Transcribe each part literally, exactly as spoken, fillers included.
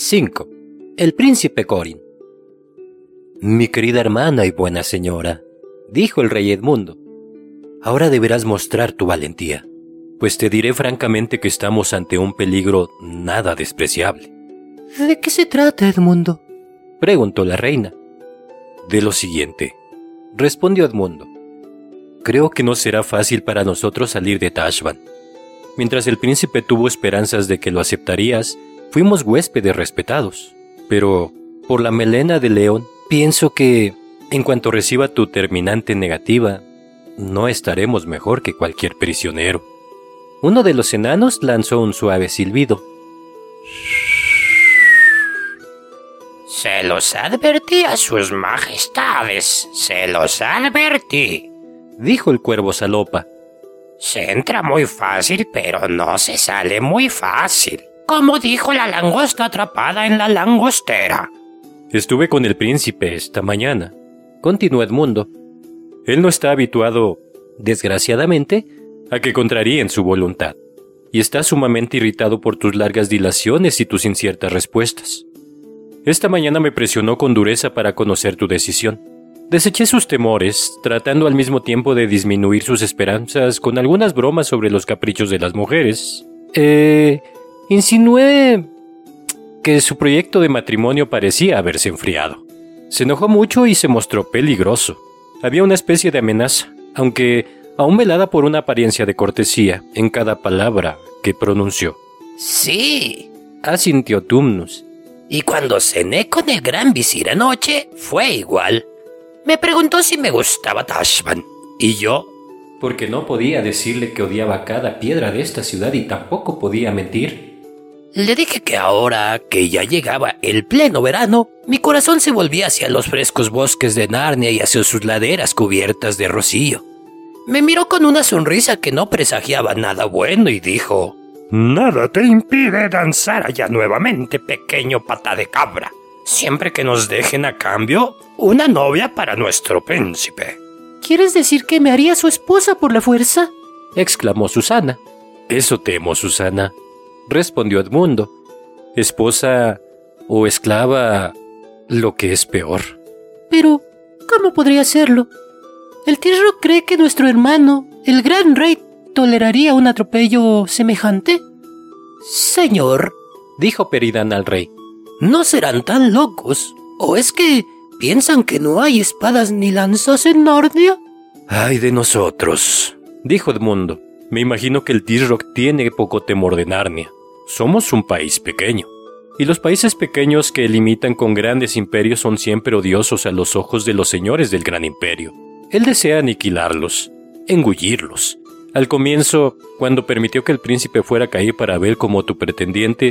cinco. El príncipe Corin. Mi querida hermana y buena señora, dijo el rey Edmundo, ahora deberás mostrar tu valentía, pues te diré francamente que estamos ante un peligro nada despreciable. ¿De qué se trata, Edmundo?, preguntó la reina. De lo siguiente, respondió Edmundo. Creo que no será fácil para nosotros salir de Tashbaan. Mientras el príncipe tuvo esperanzas de que lo aceptarías, fuimos huéspedes respetados. Pero, por la melena de león, pienso que, en cuanto reciba tu terminante negativa, no estaremos mejor que cualquier prisionero. Uno de los enanos lanzó un suave silbido. Se los advertí a sus majestades, se los advertí, dijo el cuervo Salopa. Se entra muy fácil, pero no se sale muy fácil, como dijo la langosta atrapada en la langostera. Estuve con el príncipe esta mañana, continuó Edmundo. Él no está habituado, desgraciadamente, a que contraríen su voluntad, y está sumamente irritado por tus largas dilaciones y tus inciertas respuestas. Esta mañana me presionó con dureza para conocer tu decisión. Deseché sus temores, tratando al mismo tiempo de disminuir sus esperanzas con algunas bromas sobre los caprichos de las mujeres. Eh, insinué que su proyecto de matrimonio parecía haberse enfriado. Se enojó mucho y se mostró peligroso. Había una especie de amenaza, aunque aún velada por una apariencia de cortesía en cada palabra que pronunció. Sí, asintió Tumnus. Y cuando cené con el gran visir anoche, fue igual. Me preguntó si me gustaba Tashbaan, y yo, porque no podía decirle que odiaba cada piedra de esta ciudad y tampoco podía mentir, le dije que ahora que ya llegaba el pleno verano, mi corazón se volvía hacia los frescos bosques de Narnia y hacia sus laderas cubiertas de rocío. Me miró con una sonrisa que no presagiaba nada bueno y dijo: nada te impide danzar allá nuevamente, pequeño pata de cabra, siempre que nos dejen a cambio una novia para nuestro príncipe. ¿Quieres decir que me haría su esposa por la fuerza?, exclamó Susana. Eso temo, Susana, respondió Edmundo. Esposa o esclava, lo que es peor. Pero, ¿cómo podría hacerlo? ¿El Tirro cree que nuestro hermano, el gran rey, toleraría un atropello semejante? Señor, dijo Peridan al rey, ¿no serán tan locos? ¿O es que piensan que no hay espadas ni lanzas en Narnia? Ay de nosotros, dijo Edmundo. Me imagino que el Tirrock tiene poco temor de Narnia. Somos un país pequeño, y los países pequeños que limitan con grandes imperios son siempre odiosos a los ojos de los señores del gran imperio. Él desea aniquilarlos, engullirlos. Al comienzo, cuando permitió que el príncipe fuera a caer para ver como tu pretendiente...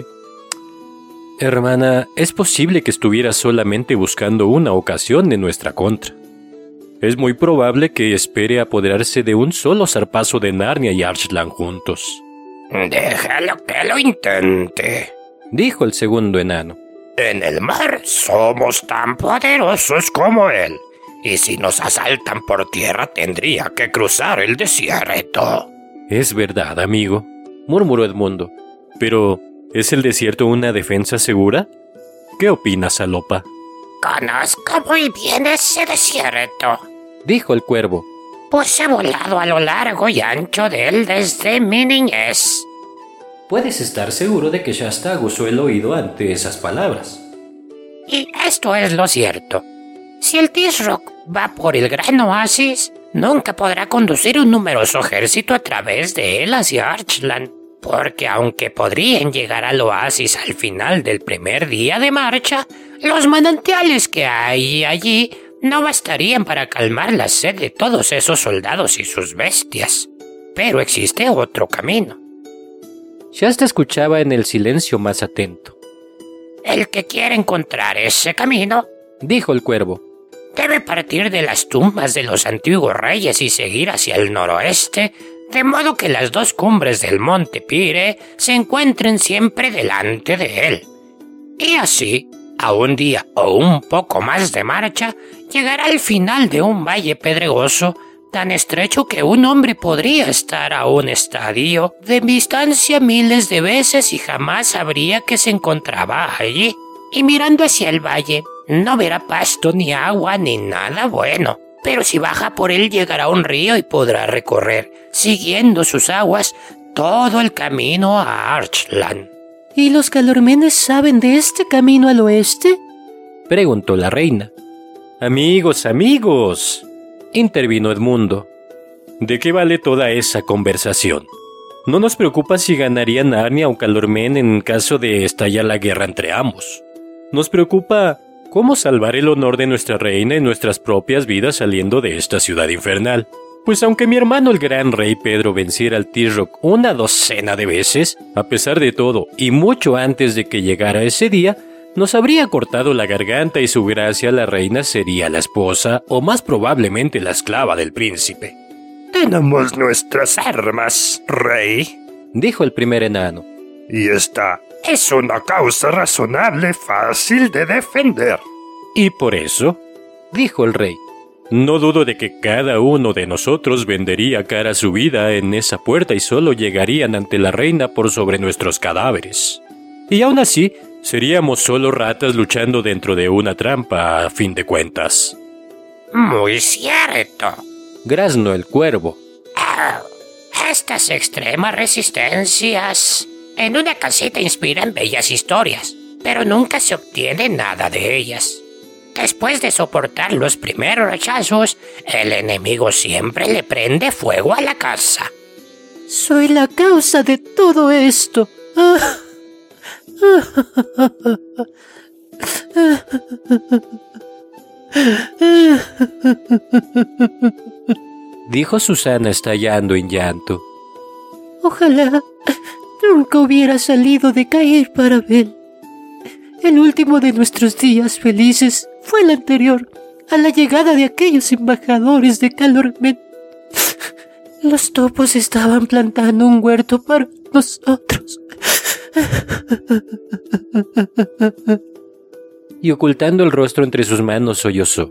Hermana, es posible que estuviera solamente buscando una ocasión en nuestra contra. Es muy probable que espere apoderarse de un solo zarpazo de Narnia y Archland juntos. Déjalo que lo intente, dijo el segundo enano. En el mar somos tan poderosos como él, y si nos asaltan por tierra tendría que cruzar el desierto. Es verdad, amigo, murmuró Edmundo. Pero, ¿es el desierto una defensa segura? ¿Qué opinas, Salopa? Conozco muy bien ese desierto, dijo el cuervo. Pues he volado a lo largo y ancho de él desde mi niñez. Puedes estar seguro de que Shasta aguzó el oído ante esas palabras. Y esto es lo cierto. Si el Tirrock va por el gran oasis, nunca podrá conducir un numeroso ejército a través de él hacia Archland, porque aunque podrían llegar al oasis al final del primer día de marcha, los manantiales que hay allí no bastarían para calmar la sed de todos esos soldados y sus bestias. Pero existe otro camino. Shasta escuchaba en el silencio más atento. El que quiera encontrar ese camino, dijo el cuervo, debe partir de las tumbas de los antiguos reyes y seguir hacia el noroeste, de modo que las dos cumbres del monte Pire se encuentren siempre delante de él. Y así, a un día o un poco más de marcha, llegará al final de un valle pedregoso tan estrecho que un hombre podría estar a un estadio de distancia miles de veces y jamás sabría que se encontraba allí. y mirando hacia el valle, no verá pasto ni agua ni nada bueno. Pero si baja por él llegará a un río y podrá recorrer, siguiendo sus aguas, todo el camino a Archland. ¿Y los calormenes saben de este camino al oeste? Preguntó la reina. Amigos, amigos, intervino Edmundo. ¿De qué vale toda esa conversación? No nos preocupa si ganaría Narnia o Calormen en caso de estallar la guerra entre ambos. Nos preocupa cómo salvar el honor de nuestra reina y nuestras propias vidas saliendo de esta ciudad infernal. Pues aunque mi hermano el gran rey Pedro venciera al T-Rock una docena de veces, a pesar de todo y mucho antes de que llegara ese día, nos habría cortado la garganta y su gracia la reina sería la esposa o más probablemente la esclava del príncipe. Tenemos nuestras armas, rey, dijo el primer enano. Y esta es una causa razonable, fácil de defender. Y por eso, dijo el rey, no dudo de que cada uno de nosotros vendería cara su vida en esa puerta y solo llegarían ante la reina por sobre nuestros cadáveres. Y aún así, seríamos solo ratas luchando dentro de una trampa, a fin de cuentas. Muy cierto, graznó el cuervo. Oh, estas extremas resistencias en una casita inspiran bellas historias, pero nunca se obtiene nada de ellas. Después de soportar los primeros rechazos, el enemigo siempre le prende fuego a la casa. Soy la causa de todo esto. Dijo Susana estallando en llanto. Ojalá nunca hubiera salido de Cair para Bel. El último de nuestros días felices fue el anterior a la llegada de aquellos embajadores de Calormen. Los topos estaban plantando un huerto para nosotros. Y ocultando el rostro entre sus manos sollozó.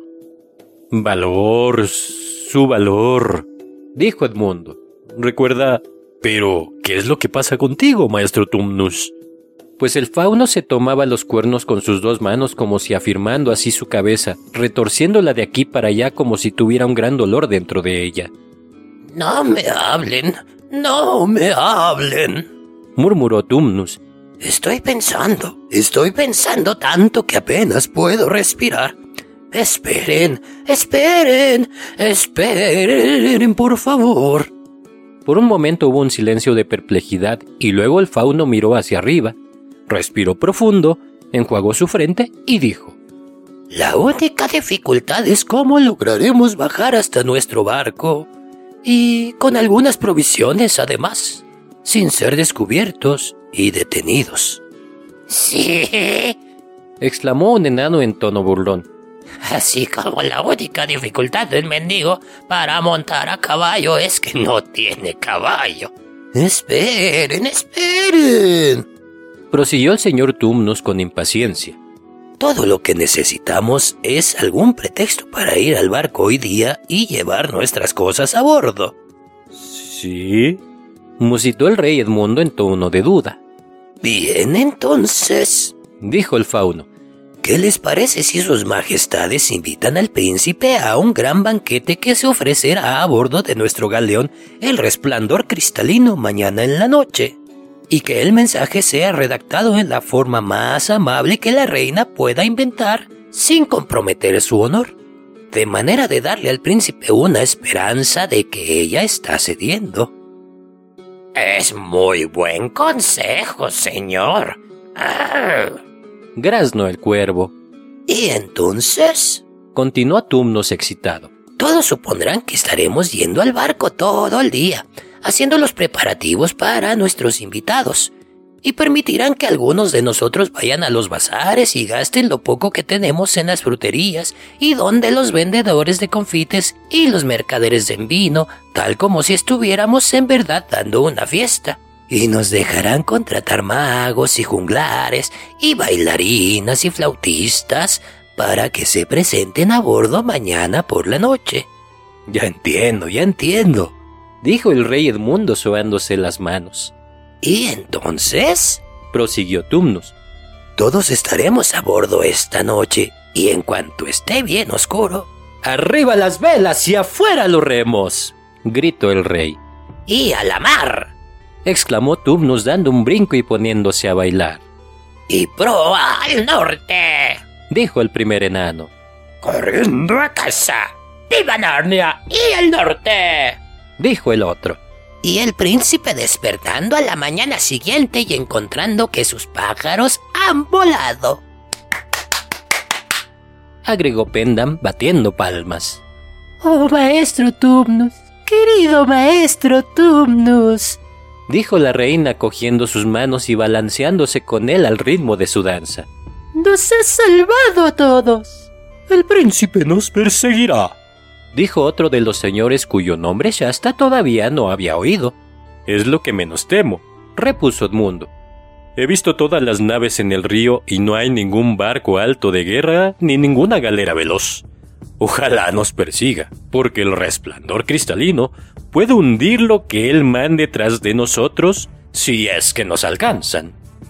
Valor, su valor, dijo Edmundo. Recuerda, pero, ¿qué es lo que pasa contigo, maestro Tumnus? Pues el fauno se tomaba los cuernos con sus dos manos como si afirmando así su cabeza, retorciéndola de aquí para allá como si tuviera un gran dolor dentro de ella. No me hablen, no me hablen, murmuró Tumnus. Estoy pensando, estoy pensando tanto que apenas puedo respirar. Esperen, esperen, esperen, por favor. Por un momento hubo un silencio de perplejidad y luego el fauno miró hacia arriba, respiró profundo, enjuagó su frente y dijo: La única dificultad es cómo lograremos bajar hasta nuestro barco, y con algunas provisiones además, sin ser descubiertos y detenidos. Sí, exclamó un enano en tono burlón. Así como la única dificultad del mendigo para montar a caballo es que no tiene caballo. Esperen, esperen, prosiguió el señor Tumnus con impaciencia. Todo lo que necesitamos es algún pretexto para ir al barco hoy día y llevar nuestras cosas a bordo. ¿Sí? Musitó el rey Edmundo en tono de duda. Bien, entonces, dijo el fauno. ¿Qué les parece si sus majestades invitan al príncipe a un gran banquete que se ofrecerá a bordo de nuestro galeón El Resplandor Cristalino mañana en la noche? Y que el mensaje sea redactado en la forma más amable que la reina pueda inventar sin comprometer su honor, de manera de darle al príncipe una esperanza de que ella está cediendo. Es muy buen consejo, señor. Ah. Graznó el cuervo. ¿Y entonces? Continuó Tumnus excitado. Todos supondrán que estaremos yendo al barco todo el día, haciendo los preparativos para nuestros invitados, y permitirán que algunos de nosotros vayan a los bazares y gasten lo poco que tenemos en las fruterías y donde los vendedores de confites y los mercaderes de vino, tal como si estuviéramos en verdad dando una fiesta. Y nos dejarán contratar magos y juglares y bailarinas y flautistas para que se presenten a bordo mañana por la noche. Ya entiendo, ya entiendo, dijo el rey Edmundo sobándose las manos. ¿Y entonces? Prosiguió Tumnus. Todos estaremos a bordo esta noche, y en cuanto esté bien oscuro... ¡Arriba las velas y afuera los remos!, gritó el rey. ¡Y a la mar!, exclamó Tubnus dando un brinco y poniéndose a bailar. ¡Y proa al norte!, dijo el primer enano. ¡Corriendo a casa! ¡Viva Narnia y el norte!, dijo el otro. Y el príncipe despertando a la mañana siguiente y encontrando que sus pájaros han volado, agregó Pendam batiendo palmas. Oh, maestro Tubnus, querido maestro Tubnus, dijo la reina cogiendo sus manos y balanceándose con él al ritmo de su danza. Nos has salvado a todos. El príncipe nos perseguirá, dijo otro de los señores cuyo nombre Shasta todavía no había oído. Es lo que menos temo, repuso Edmundo. He visto todas las naves en el río y no hay ningún barco alto de guerra ni ninguna galera veloz. Ojalá nos persiga, porque el resplandor cristalino puede hundir lo que él mande tras de nosotros si es que nos alcanzan.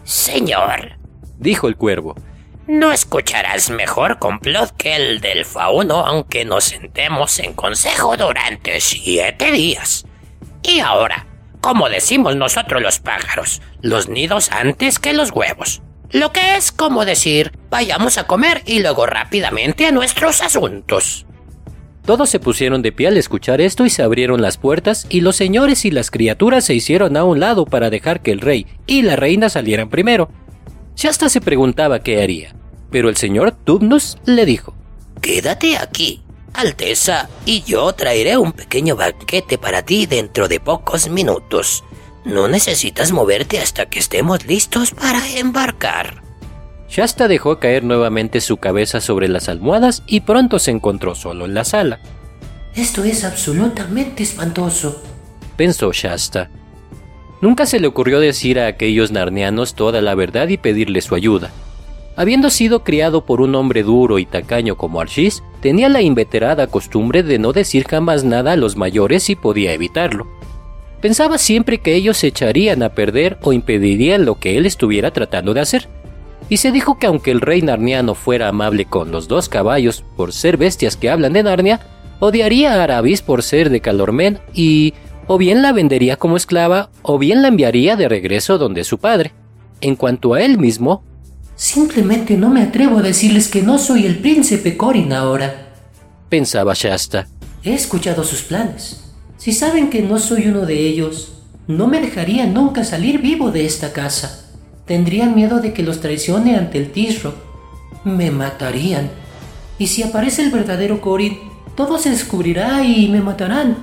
Señor, dijo el cuervo, no escucharás mejor complot que el del fauno aunque nos sentemos en consejo durante siete días. Y ahora, como decimos nosotros los pájaros, los nidos antes que los huevos. Lo que es como decir, vayamos a comer y luego rápidamente a nuestros asuntos. Todos se pusieron de pie al escuchar esto y se abrieron las puertas y los señores y las criaturas se hicieron a un lado para dejar que el rey y la reina salieran primero. Shasta se preguntaba qué haría, pero el señor Tubnus le dijo: Quédate aquí, Alteza, y yo traeré un pequeño banquete para ti dentro de pocos minutos. No necesitas moverte hasta que estemos listos para embarcar. Shasta dejó caer nuevamente su cabeza sobre las almohadas y pronto se encontró solo en la sala. Esto es absolutamente espantoso, pensó Shasta. Nunca se le ocurrió decir a aquellos narnianos toda la verdad y pedirle su ayuda. Habiendo sido criado por un hombre duro y tacaño como Archis, tenía la inveterada costumbre de no decir jamás nada a los mayores si podía evitarlo. Pensaba siempre que ellos se echarían a perder o impedirían lo que él estuviera tratando de hacer. Y se dijo que aunque el rey narniano fuera amable con los dos caballos por ser bestias que hablan de Narnia, odiaría a Arabis por ser de Calormen y o bien la vendería como esclava o bien la enviaría de regreso donde su padre. En cuanto a él mismo, simplemente no me atrevo a decirles que no soy el príncipe Corin ahora, pensaba Shasta. He escuchado sus planes. Si saben que no soy uno de ellos, no me dejarían nunca salir vivo de esta casa. Tendrían miedo de que los traicione ante el Tisroc. Me matarían. Y si aparece el verdadero Corin, todo se descubrirá y me matarán.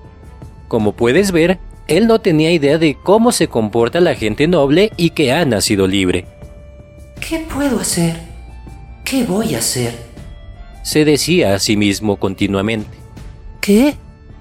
Como puedes ver, él no tenía idea de cómo se comporta la gente noble y que ha nacido libre. ¿Qué puedo hacer? ¿Qué voy a hacer? Se decía a sí mismo continuamente. ¿Qué?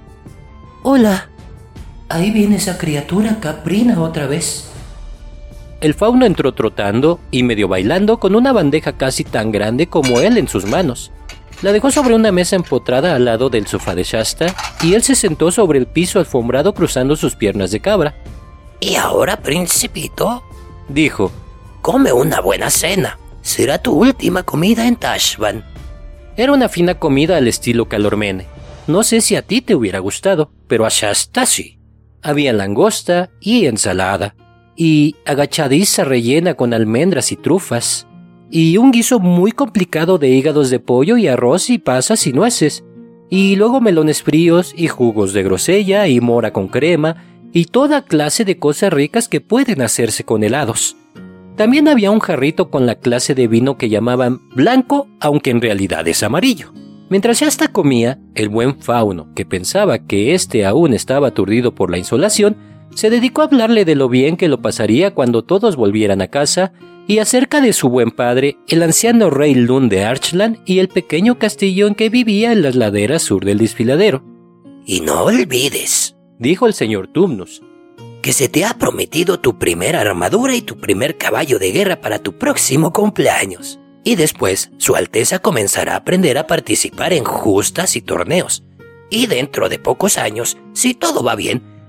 Hola. Ahí viene esa criatura caprina otra vez. El fauno entró trotando y medio bailando con una bandeja casi tan grande como él en sus manos. La dejó sobre una mesa empotrada al lado del sofá de Shasta y él se sentó sobre el piso alfombrado cruzando sus piernas de cabra. «Y ahora, principito», dijo, «come una buena cena. Será tu última comida en Tashvan». Era una fina comida al estilo Calormene. No sé si a ti te hubiera gustado, pero a Shasta sí. Había langosta y ensalada, y agachadiza rellena con almendras y trufas, y un guiso muy complicado de hígados de pollo y arroz y pasas y nueces, y luego melones fríos y jugos de grosella y mora con crema, y toda clase de cosas ricas que pueden hacerse con helados. También había un jarrito con la clase de vino que llamaban blanco, aunque en realidad es amarillo. Mientras Shasta comía, el buen fauno, que pensaba que éste aún estaba aturdido por la insolación, se dedicó a hablarle de lo bien que lo pasaría cuando todos volvieran a casa y acerca de su buen padre, el anciano rey Lund de Archland y el pequeño castillo en que vivía en las laderas sur del desfiladero. «Y no olvides», dijo el señor Tubnus, «que se te ha prometido tu primera armadura y tu primer caballo de guerra para tu próximo cumpleaños. Y después, su Alteza comenzará a aprender a participar en justas y torneos. Y dentro de pocos años, si todo va bien,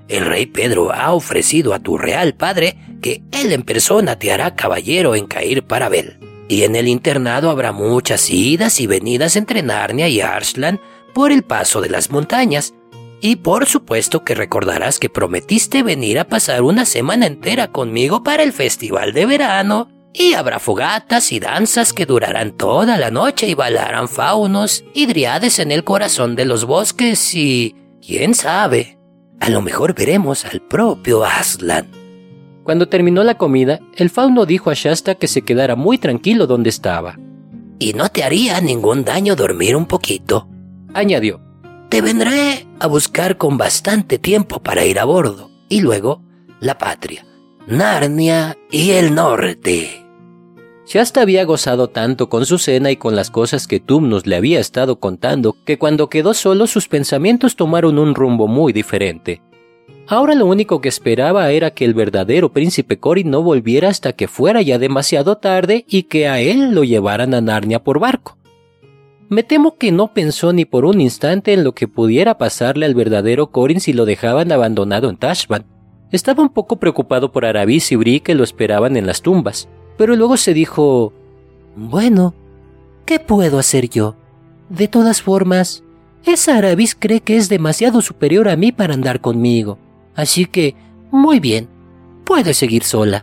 el rey Pedro ha ofrecido a tu real padre que él en persona te hará caballero en Cair Paravel. Y en el internado habrá muchas idas y venidas entre Narnia y Arslan por el paso de las montañas. Y por supuesto que recordarás que prometiste venir a pasar una semana entera conmigo para el festival de verano. Y habrá fogatas y danzas que durarán toda la noche y bailarán faunos y driades en el corazón de los bosques y... ¿quién sabe? A lo mejor veremos al propio Aslan. Cuando terminó la comida, el fauno dijo a Shasta que se quedara muy tranquilo donde estaba. Y no te haría ningún daño dormir un poquito, añadió. Te vendré a buscar con bastante tiempo para ir a bordo. Y luego, la patria, Narnia y el norte. Shasta había gozado tanto con su cena y con las cosas que Tumnus le había estado contando que cuando quedó solo sus pensamientos tomaron un rumbo muy diferente. Ahora lo único que esperaba era que el verdadero príncipe Corin no volviera hasta que fuera ya demasiado tarde y que a él lo llevaran a Narnia por barco. Me temo que no pensó ni por un instante en lo que pudiera pasarle al verdadero Corin si lo dejaban abandonado en Tashbaan. Estaba un poco preocupado por Aravis y Bree que lo esperaban en las tumbas, pero luego se dijo: bueno, ¿qué puedo hacer yo? De todas formas, esa Aravis cree que es demasiado superior a mí para andar conmigo. Así que, muy bien, puede seguir sola.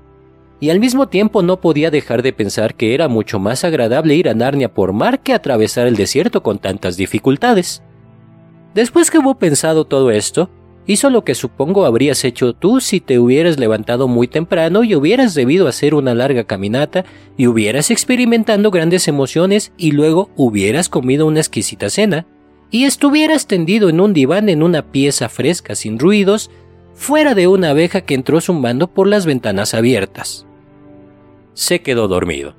Y al mismo tiempo no podía dejar de pensar que era mucho más agradable ir a Narnia por mar que atravesar el desierto con tantas dificultades. Después que hubo pensado todo esto, hizo lo que supongo habrías hecho tú si te hubieras levantado muy temprano y hubieras debido hacer una larga caminata y hubieras experimentado grandes emociones y luego hubieras comido una exquisita cena y estuvieras tendido en un diván en una pieza fresca sin ruidos, fuera de una abeja que entró zumbando por las ventanas abiertas. Se quedó dormido.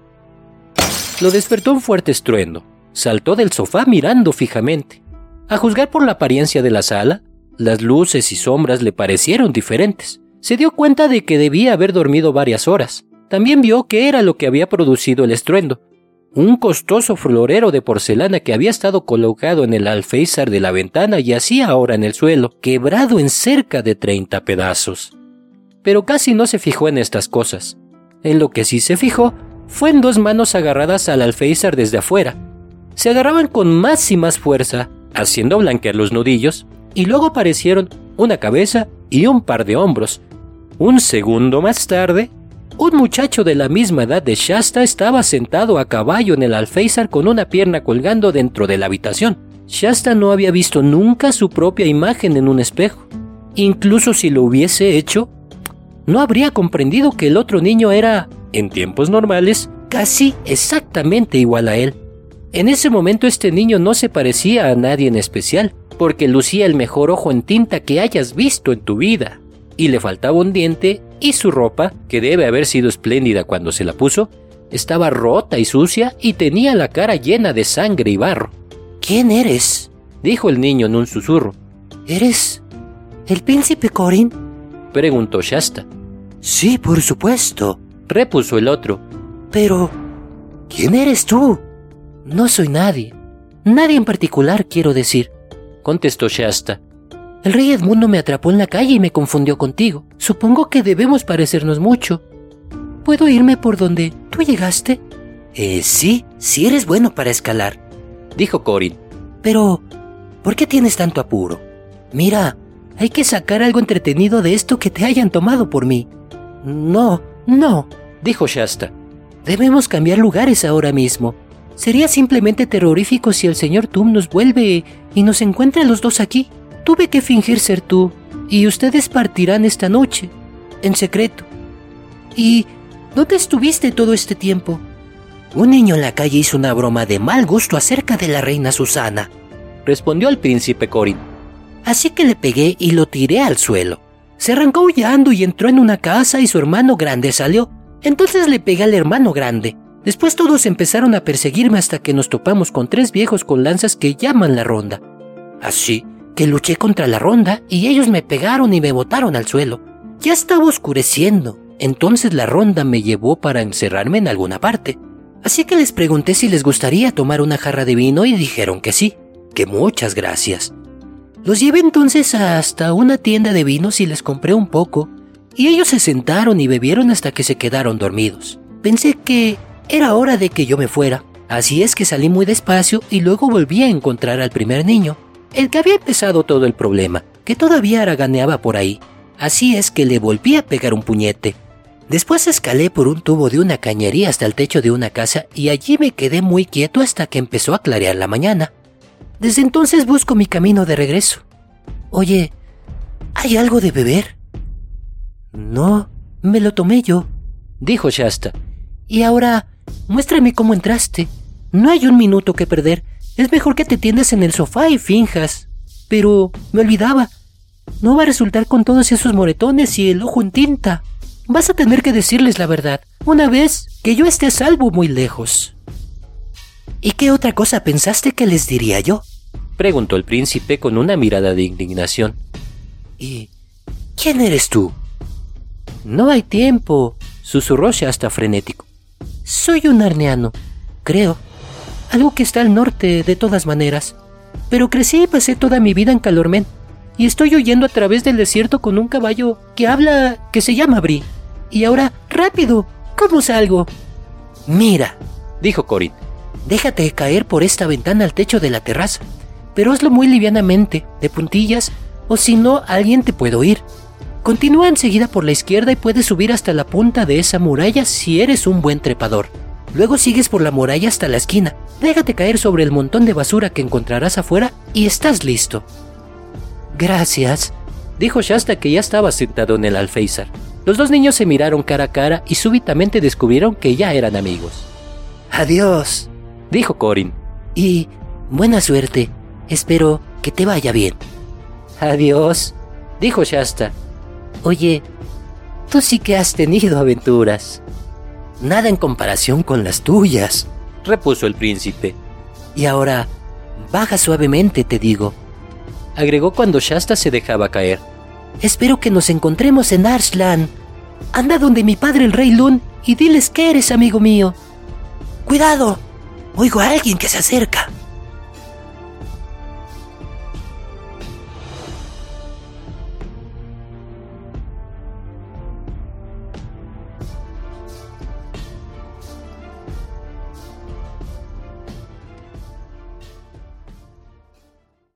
Lo despertó un fuerte estruendo. Saltó del sofá mirando fijamente. A juzgar por la apariencia de la sala, las luces y sombras le parecieron diferentes. Se dio cuenta de que debía haber dormido varias horas. También vio qué era lo que había producido el estruendo. Un costoso florero de porcelana que había estado colocado en el alféizar de la ventana yacía ahora en el suelo, quebrado en cerca de treinta pedazos. Pero casi no se fijó en estas cosas. En lo que sí se fijó fue en dos manos agarradas al alféizar desde afuera. Se agarraban con más y más fuerza, haciendo blanquear los nudillos, y luego aparecieron una cabeza y un par de hombros. Un segundo más tarde, un muchacho de la misma edad de Shasta estaba sentado a caballo en el alféizar con una pierna colgando dentro de la habitación. Shasta no había visto nunca su propia imagen en un espejo. Incluso si lo hubiese hecho, no habría comprendido que el otro niño era, en tiempos normales, casi exactamente igual a él. En ese momento este niño no se parecía a nadie en especial, porque lucía el mejor ojo en tinta que hayas visto en tu vida. Y le faltaba un diente y su ropa, que debe haber sido espléndida cuando se la puso, estaba rota y sucia y tenía la cara llena de sangre y barro. ¿Quién eres?, dijo el niño en un susurro. ¿Eres el príncipe Corin?, preguntó Shasta. Sí, por supuesto, repuso el otro. Pero, ¿quién eres tú? No soy nadie. Nadie en particular, quiero decir, contestó Shasta. El rey Edmundo me atrapó en la calle y me confundió contigo. Supongo que debemos parecernos mucho. ¿Puedo irme por donde tú llegaste? Eh, sí, sí eres bueno para escalar, dijo Corin. Pero, ¿por qué tienes tanto apuro? Mira, hay que sacar algo entretenido de esto que te hayan tomado por mí. No, no, dijo Shasta. Debemos cambiar lugares ahora mismo. Sería simplemente terrorífico si el señor Tumnus vuelve y nos encuentra a los dos aquí. Tuve que fingir ser tú, y ustedes partirán esta noche, en secreto. ¿Y dónde estuviste todo este tiempo? Un niño en la calle hizo una broma de mal gusto acerca de la reina Susana, respondió el príncipe Corin. Así que le pegué y lo tiré al suelo. Se arrancó aullando y entró en una casa y su hermano grande salió. Entonces le pegué al hermano grande. Después todos empezaron a perseguirme hasta que nos topamos con tres viejos con lanzas que llaman la ronda. Así que luché contra la ronda y ellos me pegaron y me botaron al suelo. Ya estaba oscureciendo, entonces la ronda me llevó para encerrarme en alguna parte. Así que les pregunté si les gustaría tomar una jarra de vino y dijeron que sí, que muchas gracias. Los llevé entonces hasta una tienda de vinos y les compré un poco, y ellos se sentaron y bebieron hasta que se quedaron dormidos. Pensé que era hora de que yo me fuera, así es que salí muy despacio y luego volví a encontrar al primer niño, el que había empezado todo el problema, que todavía haraganeaba por ahí. Así es que le volví a pegar un puñete. Después escalé por un tubo de una cañería hasta el techo de una casa y allí me quedé muy quieto hasta que empezó a clarear la mañana. Desde entonces busco mi camino de regreso. Oye, ¿hay algo de beber? No, me lo tomé yo, dijo Shasta. Y ahora, muéstrame cómo entraste. No hay un minuto que perder. Es mejor que te tiendas en el sofá y finjas. Pero me olvidaba. No va a resultar con todos esos moretones y el ojo en tinta. Vas a tener que decirles la verdad, una vez que yo esté a salvo muy lejos. ¿Y qué otra cosa pensaste que les diría yo?, preguntó el príncipe con una mirada de indignación. ¿Y quién eres tú? No hay tiempo, susurró Shasta frenético. Soy un arneano, creo. Algo que está al norte de todas maneras. Pero crecí y pasé toda mi vida en Calormen. Y estoy huyendo a través del desierto con un caballo que habla, que se llama Bree. Y ahora, rápido, ¿cómo salgo? Mira, dijo Corin, déjate caer por esta ventana al techo de la terraza, pero hazlo muy livianamente, de puntillas, o si no, alguien te puede oír. Continúa enseguida por la izquierda y puedes subir hasta la punta de esa muralla si eres un buen trepador. Luego sigues por la muralla hasta la esquina, déjate caer sobre el montón de basura que encontrarás afuera y estás listo. Gracias, dijo Shasta, que ya estaba sentado en el alféizar. Los dos niños se miraron cara a cara y súbitamente descubrieron que ya eran amigos. Adiós, dijo Corin. Y buena suerte. Espero que te vaya bien. Adiós, dijo Shasta. Oye, tú sí que has tenido aventuras. Nada en comparación con las tuyas, repuso el príncipe. Y ahora, baja suavemente, te digo, agregó cuando Shasta se dejaba caer. Espero que nos encontremos en Arslan. Anda donde mi padre el rey Lun y diles que eres amigo mío. ¡Cuidado! Oigo a alguien que se acerca.